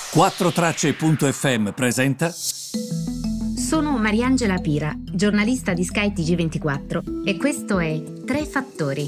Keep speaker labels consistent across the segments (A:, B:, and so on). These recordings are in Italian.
A: 4Tracce.fm presenta.
B: Sono Mariangela Pira, giornalista di Sky TG24 e questo è Tre Fattori.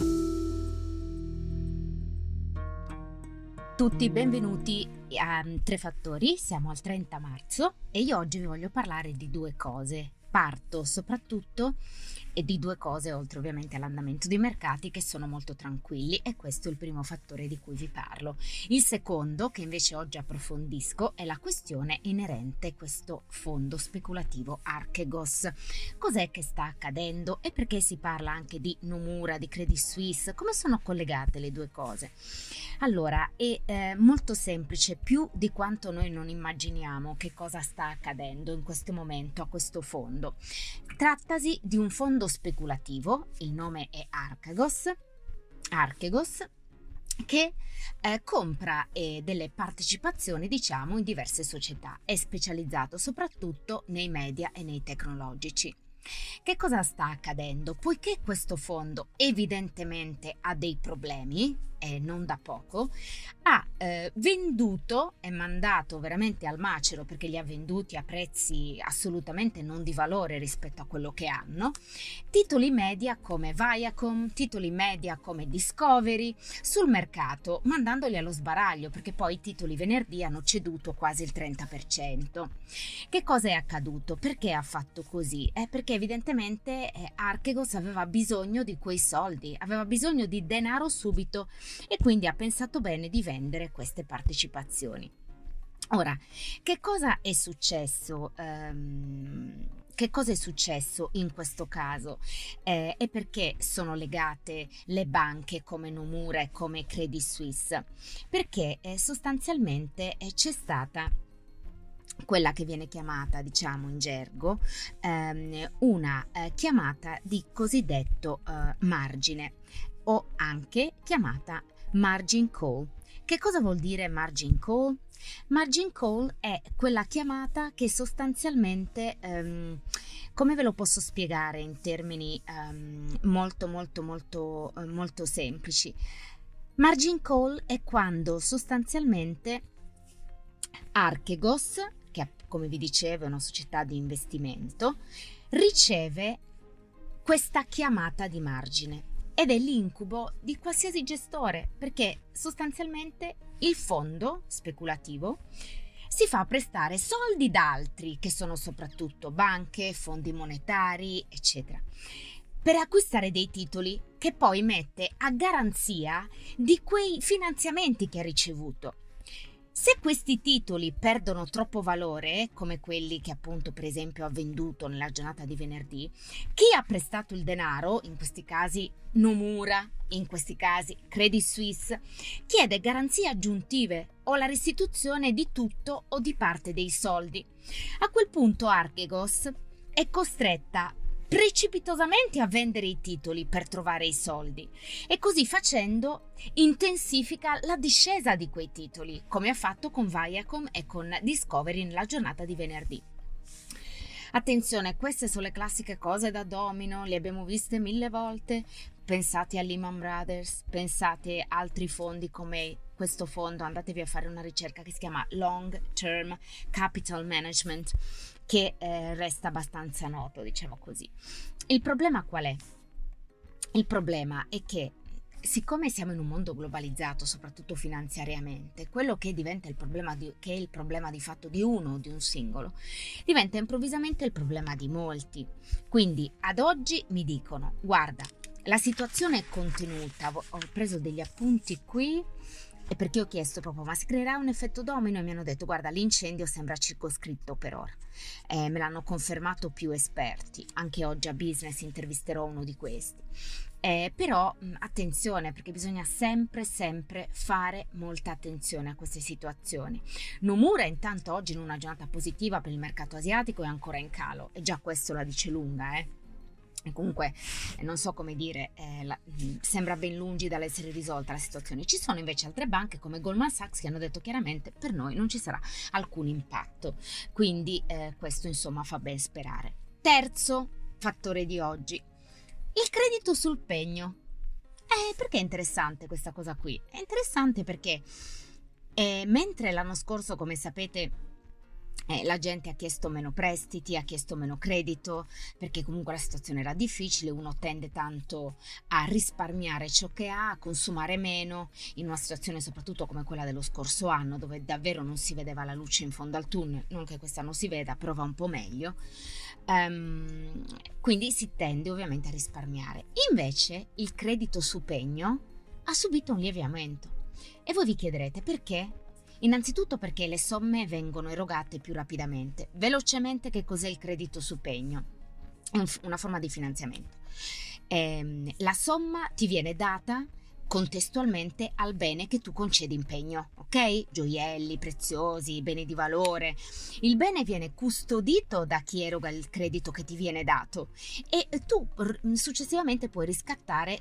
B: Tutti benvenuti a Tre Fattori, siamo al 30 marzo e io oggi vi voglio parlare di due cose. Parto soprattutto di due cose, oltre ovviamente all'andamento dei mercati, che sono molto tranquilli, e questo è il primo fattore di cui vi parlo. Il secondo, che invece oggi approfondisco, è la questione inerente a questo fondo speculativo Archegos. Cos'è che sta accadendo e perché si parla anche di Nomura, di Credit Suisse? Come sono collegate le due cose? Allora, è molto semplice, più di quanto noi non immaginiamo che cosa sta accadendo in questo momento a questo fondo. Trattasi di un fondo speculativo, il nome è Archegos, che compra delle partecipazioni, diciamo, in diverse società. È specializzato soprattutto nei media e nei tecnologici. Che cosa sta accadendo? Poiché questo fondo evidentemente ha dei problemi, e non da poco, ha venduto e mandato veramente al macero, perché li ha venduti a prezzi assolutamente non di valore rispetto a quello che hanno, titoli media come Viacom, titoli media come Discovery sul mercato, mandandoli allo sbaraglio, perché poi i titoli venerdì hanno ceduto quasi il 30%. Che cosa è accaduto? Perché ha fatto così? Perché evidentemente Archegos aveva bisogno di quei soldi, aveva bisogno di denaro subito, e quindi ha pensato bene di vendere queste partecipazioni. Ora, che cosa è successo? Che cosa è successo in questo caso? E perché sono legate le banche come Nomura e come Credit Suisse? Perché sostanzialmente c'è stata quella che viene chiamata, diciamo in gergo, una chiamata di cosiddetto margine, o anche chiamata margin call. Che cosa vuol dire margin call? Margin call è quella chiamata che sostanzialmente, come ve lo posso spiegare in termini molto semplici? Margin call è quando sostanzialmente Archegos, che come vi dicevo è una società di investimento, riceve questa chiamata di margine, ed è l'incubo di qualsiasi gestore, perché sostanzialmente il fondo speculativo si fa prestare soldi da altri, che sono soprattutto banche, fondi monetari, eccetera, per acquistare dei titoli che poi mette a garanzia di quei finanziamenti che ha ricevuto. Se questi titoli perdono troppo valore, come quelli che appunto per esempio ha venduto nella giornata di venerdì, chi ha prestato il denaro, in questi casi Nomura, in questi casi Credit Suisse, chiede garanzie aggiuntive o la restituzione di tutto o di parte dei soldi. A quel punto Archegos è costretta precipitosamente a vendere i titoli per trovare i soldi, e così facendo intensifica la discesa di quei titoli, come ha fatto con Viacom e con Discovery nella giornata di venerdì. Attenzione, queste sono le classiche cose da domino, le abbiamo viste 1000 volte. Pensate a Lehman Brothers, pensate a altri fondi come questo fondo, andatevi a fare una ricerca che si chiama Long Term Capital Management, che resta abbastanza noto, diciamo così. Il problema qual è? Il problema è che, siccome siamo in un mondo globalizzato, soprattutto finanziariamente, quello che diventa che è il problema di fatto di uno o di un singolo, diventa improvvisamente il problema di molti. Quindi ad oggi mi dicono: guarda, la situazione è contenuta, ho preso degli appunti qui, e perché ho chiesto proprio: ma si creerà un effetto domino? E mi hanno detto: guarda, l'incendio sembra circoscritto per ora. Me l'hanno confermato più esperti. Anche oggi a Business intervisterò uno di questi. Però attenzione, perché bisogna sempre fare molta attenzione a queste situazioni. Nomura intanto oggi, in una giornata positiva per il mercato asiatico, è ancora in calo, e già questo la dice lunga, E comunque non so come dire, sembra ben lungi dall'essere risolta la situazione. Ci sono invece altre banche come Goldman Sachs che hanno detto chiaramente: per noi non ci sarà alcun impatto, quindi questo insomma fa ben sperare. Terzo fattore di oggi: il credito sul pegno. Perché è interessante questa cosa qui? È interessante perché E mentre l'anno scorso, come sapete, la gente ha chiesto meno prestiti, ha chiesto meno credito, perché comunque la situazione era difficile, uno tende tanto a risparmiare ciò che ha, a consumare meno, in una situazione soprattutto come quella dello scorso anno, dove davvero non si vedeva la luce in fondo al tunnel, non che quest'anno si veda, però va un po' meglio. Quindi si tende ovviamente a risparmiare. Invece il credito su pegno ha subito un lieve aumento. E voi vi chiederete perché? Innanzitutto perché le somme vengono erogate più rapidamente. Velocemente, che cos'è il credito su pegno? È una forma di finanziamento. La somma ti viene data contestualmente al bene che tu concedi in pegno, ok? Gioielli, preziosi, beni di valore. Il bene viene custodito da chi eroga il credito che ti viene dato e tu successivamente puoi riscattare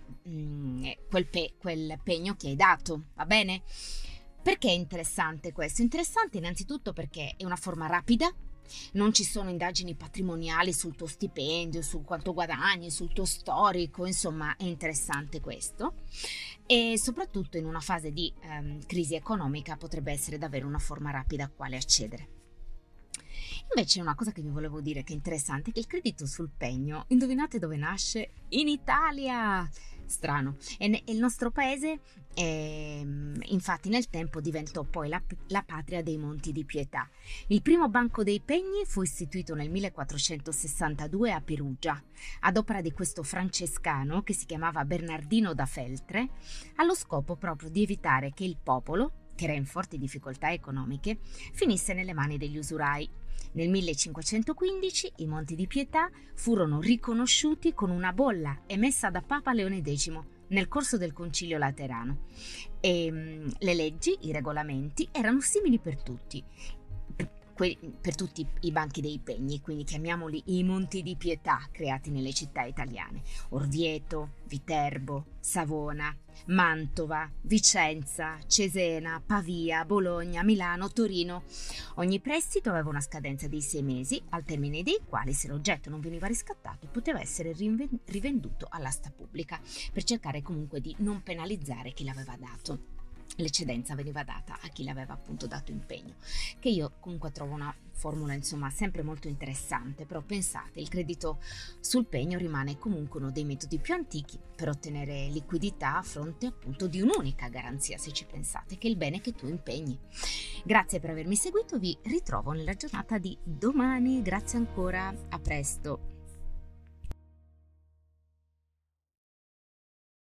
B: quel pegno che hai dato, va bene? Perché è interessante questo? Interessante innanzitutto perché è una forma rapida, non ci sono indagini patrimoniali sul tuo stipendio, su quanto guadagni, sul tuo storico, insomma è interessante questo. E soprattutto in una fase di crisi economica potrebbe essere davvero una forma rapida a quale accedere. Invece una cosa che vi volevo dire che è interessante è che il credito sul pegno, indovinate dove nasce? In Italia! Strano. E il nostro paese, infatti, nel tempo diventò poi la patria dei Monti di Pietà. Il primo banco dei pegni fu istituito nel 1462 a Perugia, ad opera di questo francescano che si chiamava Bernardino da Feltre, allo scopo proprio di evitare che il popolo, che era in forti difficoltà economiche, finisse nelle mani degli usurai. Nel 1515 i Monti di Pietà furono riconosciuti con una bolla emessa da Papa Leone X nel corso del Concilio Laterano e le leggi, i regolamenti erano simili per tutti. Per tutti i banchi dei pegni, quindi chiamiamoli i Monti di Pietà creati nelle città italiane: Orvieto, Viterbo, Savona, Mantova, Vicenza, Cesena, Pavia, Bologna, Milano, Torino. Ogni prestito aveva una scadenza di 6 mesi, al termine dei quali, se l'oggetto non veniva riscattato, poteva essere rivenduto all'asta pubblica, per cercare comunque di non penalizzare chi l'aveva dato. L'eccedenza veniva data a chi l'aveva appunto dato impegno, che io comunque trovo una formula insomma sempre molto interessante. Però pensate, il credito sul pegno rimane comunque uno dei metodi più antichi per ottenere liquidità a fronte appunto di un'unica garanzia, se ci pensate, che è il bene che tu impegni. Grazie per avermi seguito, vi ritrovo nella giornata di domani, grazie ancora, a presto.